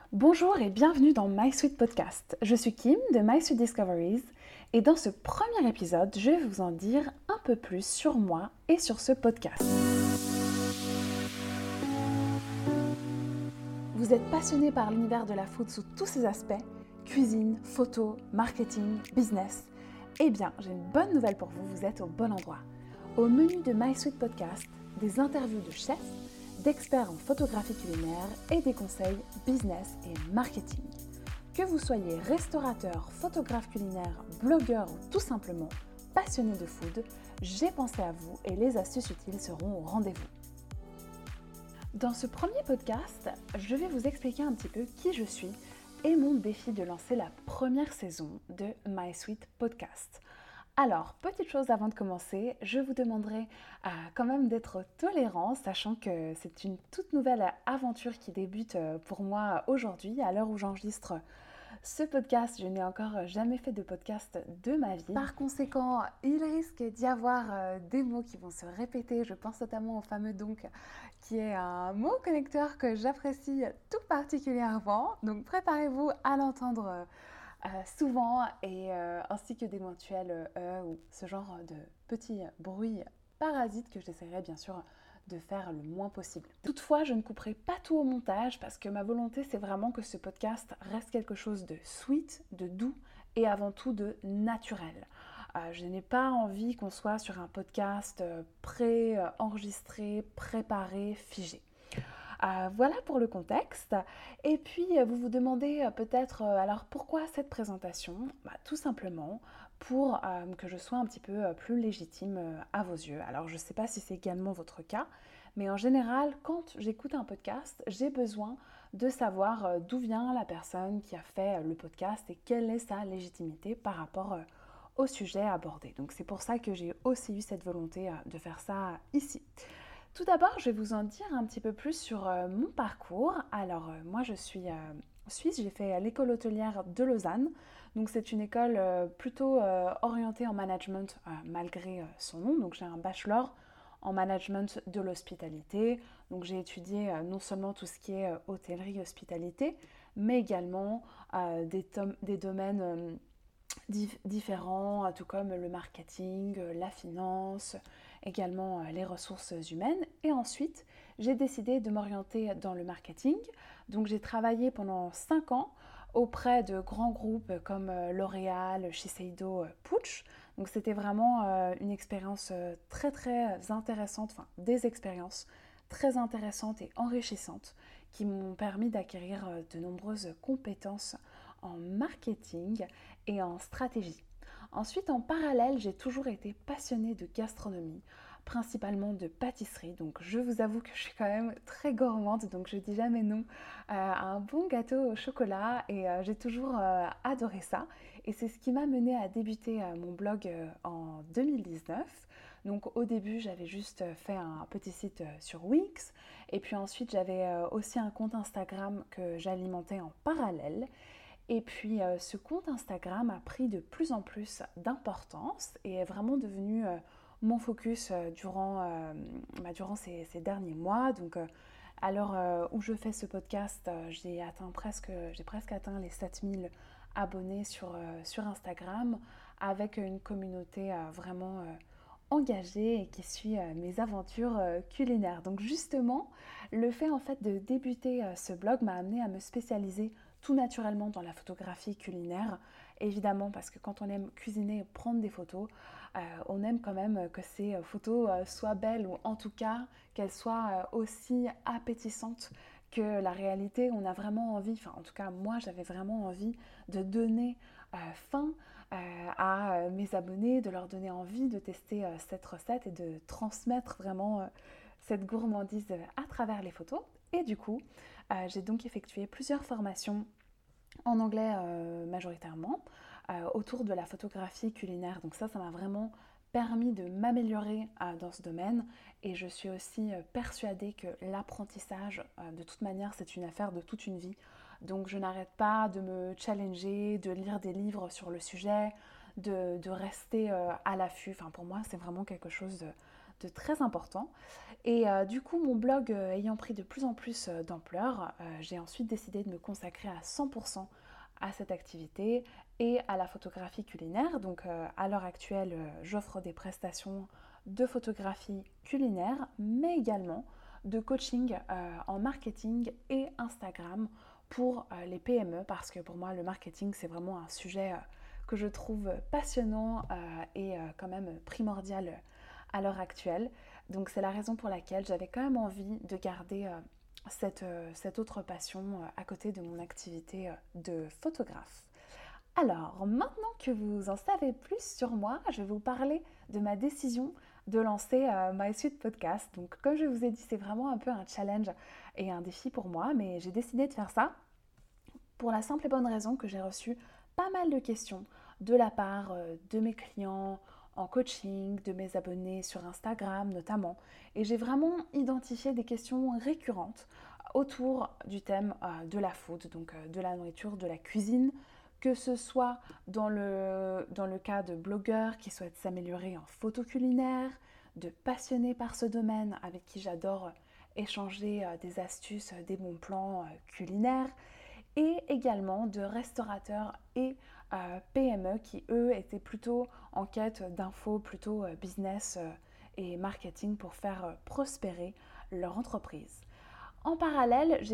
Bonjour et bienvenue dans My Sweet Podcast. Je suis Kim de My Sweet Discoveries et dans ce premier épisode, je vais vous en dire un peu plus sur moi et sur ce podcast. Vous êtes passionné par l'univers de la food sous tous ses aspects, cuisine, photo, marketing, business. Eh bien, j'ai une bonne nouvelle pour vous, vous êtes au bon endroit. Au menu de My Sweet Podcast, des interviews de chefs, d'experts en photographie culinaire et des conseils business et marketing. Que vous soyez restaurateur, photographe culinaire, blogueur ou tout simplement passionné de food, j'ai pensé à vous et les astuces utiles seront au rendez-vous. Dans ce premier podcast, je vais vous expliquer un petit peu qui je suis et mon défi de lancer la première saison de My Sweet Podcast. Alors, petite chose avant de commencer, je vous demanderai quand même d'être tolérant, sachant que c'est une toute nouvelle aventure qui débute pour moi aujourd'hui, à l'heure où j'enregistre ce podcast. Je n'ai encore jamais fait de podcast de ma vie. Par conséquent, il risque d'y avoir des mots qui vont se répéter. Je pense notamment au fameux donc, qui est un mot connecteur que j'apprécie tout particulièrement. Donc préparez-vous à l'entendre souvent et ainsi que d'éventuels ou ce genre de petits bruits parasites que j'essaierai bien sûr de faire le moins possible. Toutefois, je ne couperai pas tout au montage parce que ma volonté c'est vraiment que ce podcast reste quelque chose de sweet, de doux et avant tout de naturel. Je n'ai pas envie qu'on soit sur un podcast pré-enregistré, préparé, figé. Voilà pour le contexte. Et puis, vous vous demandez peut-être, alors pourquoi cette présentation ? Tout simplement pour que je sois un petit peu plus légitime à vos yeux. Alors, je ne sais pas si c'est également votre cas, mais en général, quand j'écoute un podcast, j'ai besoin de savoir d'où vient la personne qui a fait le podcast et quelle est sa légitimité par rapport au sujet abordé. Donc, c'est pour ça que j'ai aussi eu cette volonté de faire ça ici. Tout d'abord, je vais vous en dire un petit peu plus sur mon parcours. Alors, moi, je suis suisse, j'ai fait l'école hôtelière de Lausanne. Donc, c'est une école plutôt orientée en management, malgré son nom. Donc, j'ai un bachelor en management de l'hospitalité. Donc, j'ai étudié non seulement tout ce qui est hôtellerie-hospitalité, mais également des domaines différents, tout comme le marketing, la finance, également les ressources humaines. Et ensuite, j'ai décidé de m'orienter dans le marketing. Donc j'ai travaillé pendant 5 ans auprès de grands groupes comme L'Oréal, Shiseido, Puig. Donc c'était vraiment une expérience très très intéressante, enfin des expériences très intéressantes et enrichissantes qui m'ont permis d'acquérir de nombreuses compétences en marketing et en stratégie. Ensuite, en parallèle, j'ai toujours été passionnée de gastronomie, principalement de pâtisserie. Donc, je vous avoue que je suis quand même très gourmande, donc je dis jamais non à un bon gâteau au chocolat et j'ai toujours adoré ça. Et c'est ce qui m'a menée à débuter mon blog en 2019. Donc, au début, j'avais juste fait un petit site sur Wix et puis ensuite, j'avais aussi un compte Instagram que j'alimentais en parallèle. Et puis ce compte Instagram a pris de plus en plus d'importance et est vraiment devenu mon focus durant ces derniers mois. Donc à l'heure où je fais ce podcast, j'ai presque atteint les 7000 abonnés sur Instagram avec une communauté vraiment engagée et qui suit mes aventures culinaires. Donc justement, le fait en fait de débuter ce blog m'a amené à me spécialiser tout naturellement dans la photographie culinaire, évidemment parce que quand on aime cuisiner et prendre des photos, on aime quand même que ces photos soient belles ou en tout cas qu'elles soient aussi appétissantes que la réalité. On a vraiment envie, enfin en tout cas moi j'avais vraiment envie de donner faim à mes abonnés, de leur donner envie de tester cette recette et de transmettre vraiment cette gourmandise à travers les photos. Et du coup, j'ai donc effectué plusieurs formations en anglais majoritairement autour de la photographie culinaire. Donc ça m'a vraiment permis de m'améliorer dans ce domaine et je suis aussi persuadée que l'apprentissage, de toute manière, c'est une affaire de toute une vie. Donc je n'arrête pas de me challenger, de lire des livres sur le sujet, de rester à l'affût. Enfin, pour moi, c'est vraiment quelque chose de très important. Et du coup, mon blog ayant pris de plus en plus d'ampleur, j'ai ensuite décidé de me consacrer à 100% à cette activité et à la photographie culinaire. Donc à l'heure actuelle, j'offre des prestations de photographie culinaire, mais également de coaching en marketing et Instagram pour les PME, parce que pour moi, le marketing, c'est vraiment un sujet que je trouve passionnant et quand même primordial à l'heure actuelle. Donc c'est la raison pour laquelle j'avais quand même envie de garder cette autre passion à côté de mon activité de photographe. Alors, maintenant que vous en savez plus sur moi, je vais vous parler de ma décision de lancer MySuite Podcast. Donc, comme je vous ai dit, c'est vraiment un peu un challenge et un défi pour moi, mais j'ai décidé de faire ça pour la simple et bonne raison que j'ai reçu pas mal de questions de la part de mes clients en coaching, de mes abonnés sur Instagram notamment. Et j'ai vraiment identifié des questions récurrentes autour du thème de la food, donc de la nourriture, de la cuisine, que ce soit dans le cas de blogueurs qui souhaitent s'améliorer en photo culinaire, de passionnés par ce domaine avec qui j'adore échanger des astuces, des bons plans culinaires, et également de restaurateurs et PME qui, eux, étaient plutôt en quête d'infos, plutôt business et marketing pour faire prospérer leur entreprise. En parallèle, j'ai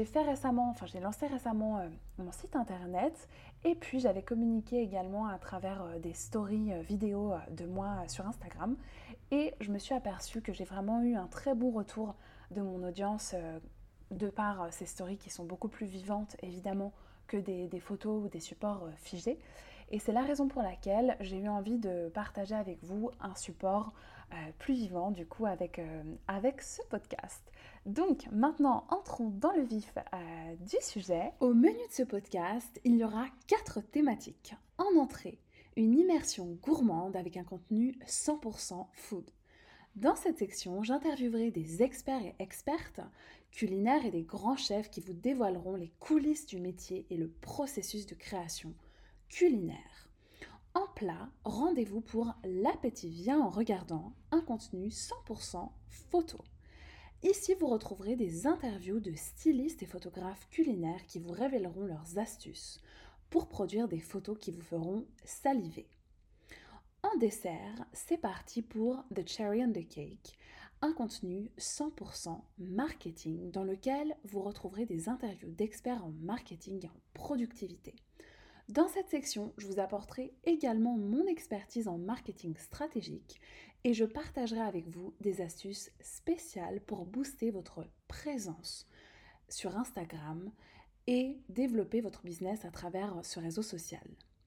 lancé récemment mon site internet et puis j'avais communiqué également à travers des stories vidéo de moi sur Instagram et je me suis aperçue que j'ai vraiment eu un très bon retour de mon audience de par ces stories qui sont beaucoup plus vivantes évidemment que des photos ou des supports figés. Et c'est la raison pour laquelle j'ai eu envie de partager avec vous un support plus vivant du coup avec ce podcast. Donc maintenant, entrons dans le vif du sujet. Au menu de ce podcast, il y aura 4 thématiques. En entrée, une immersion gourmande avec un contenu 100% food. Dans cette section, j'interviewerai des experts et expertes culinaires et des grands chefs qui vous dévoileront les coulisses du métier et le processus de création culinaire. En plat, rendez-vous pour l'appétit vient en regardant, un contenu 100% photo. Ici, vous retrouverez des interviews de stylistes et photographes culinaires qui vous révéleront leurs astuces pour produire des photos qui vous feront saliver. En dessert, c'est parti pour The Cherry on the Cake, un contenu 100% marketing dans lequel vous retrouverez des interviews d'experts en marketing et en productivité. Dans cette section, je vous apporterai également mon expertise en marketing stratégique et je partagerai avec vous des astuces spéciales pour booster votre présence sur Instagram et développer votre business à travers ce réseau social.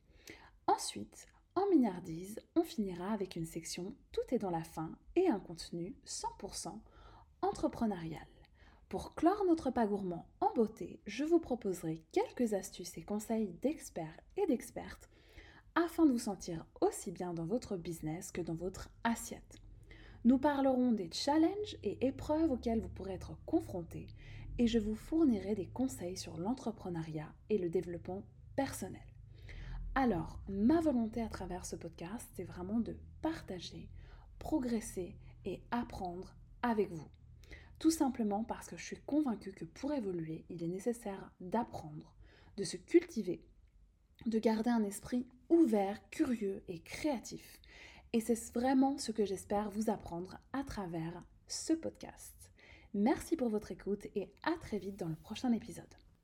Ensuite, en mignardise, on finira avec une section Tout est dans la fin et un contenu 100% entrepreneurial. Pour clore notre pas gourmand en beauté, je vous proposerai quelques astuces et conseils d'experts et d'expertes afin de vous sentir aussi bien dans votre business que dans votre assiette. Nous parlerons des challenges et épreuves auxquels vous pourrez être confrontés et je vous fournirai des conseils sur l'entrepreneuriat et le développement personnel. Alors, ma volonté à travers ce podcast, c'est vraiment de partager, progresser et apprendre avec vous. Tout simplement parce que je suis convaincue que pour évoluer, il est nécessaire d'apprendre, de se cultiver, de garder un esprit ouvert, curieux et créatif. Et c'est vraiment ce que j'espère vous apprendre à travers ce podcast. Merci pour votre écoute et à très vite dans le prochain épisode.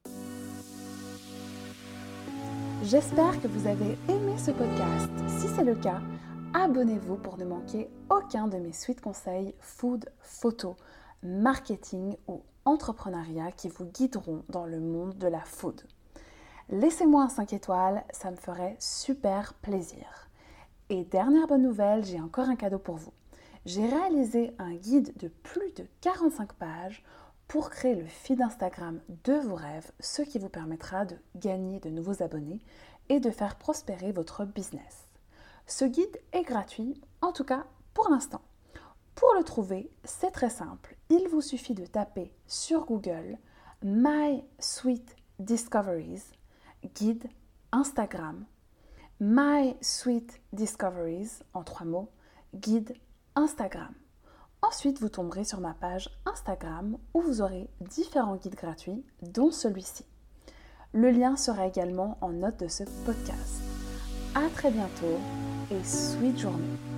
J'espère que vous avez aimé ce podcast. Si c'est le cas, abonnez-vous pour ne manquer aucun de mes suites conseils food, photo, marketing ou entrepreneuriat qui vous guideront dans le monde de la food. Laissez-moi un 5 étoiles, ça me ferait super plaisir. Et dernière bonne nouvelle, j'ai encore un cadeau pour vous. J'ai réalisé un guide de plus de 45 pages pour créer le feed Instagram de vos rêves, ce qui vous permettra de gagner de nouveaux abonnés et de faire prospérer votre business. Ce guide est gratuit, en tout cas pour l'instant. Pour le trouver, c'est très simple. Il vous suffit de taper sur Google MySuite Discoveries, guide Instagram, MySuite Discoveries en 3 mots, guide Instagram. Ensuite, vous tomberez sur ma page Instagram où vous aurez différents guides gratuits, dont celui-ci. Le lien sera également en note de ce podcast. À très bientôt et sweet journée.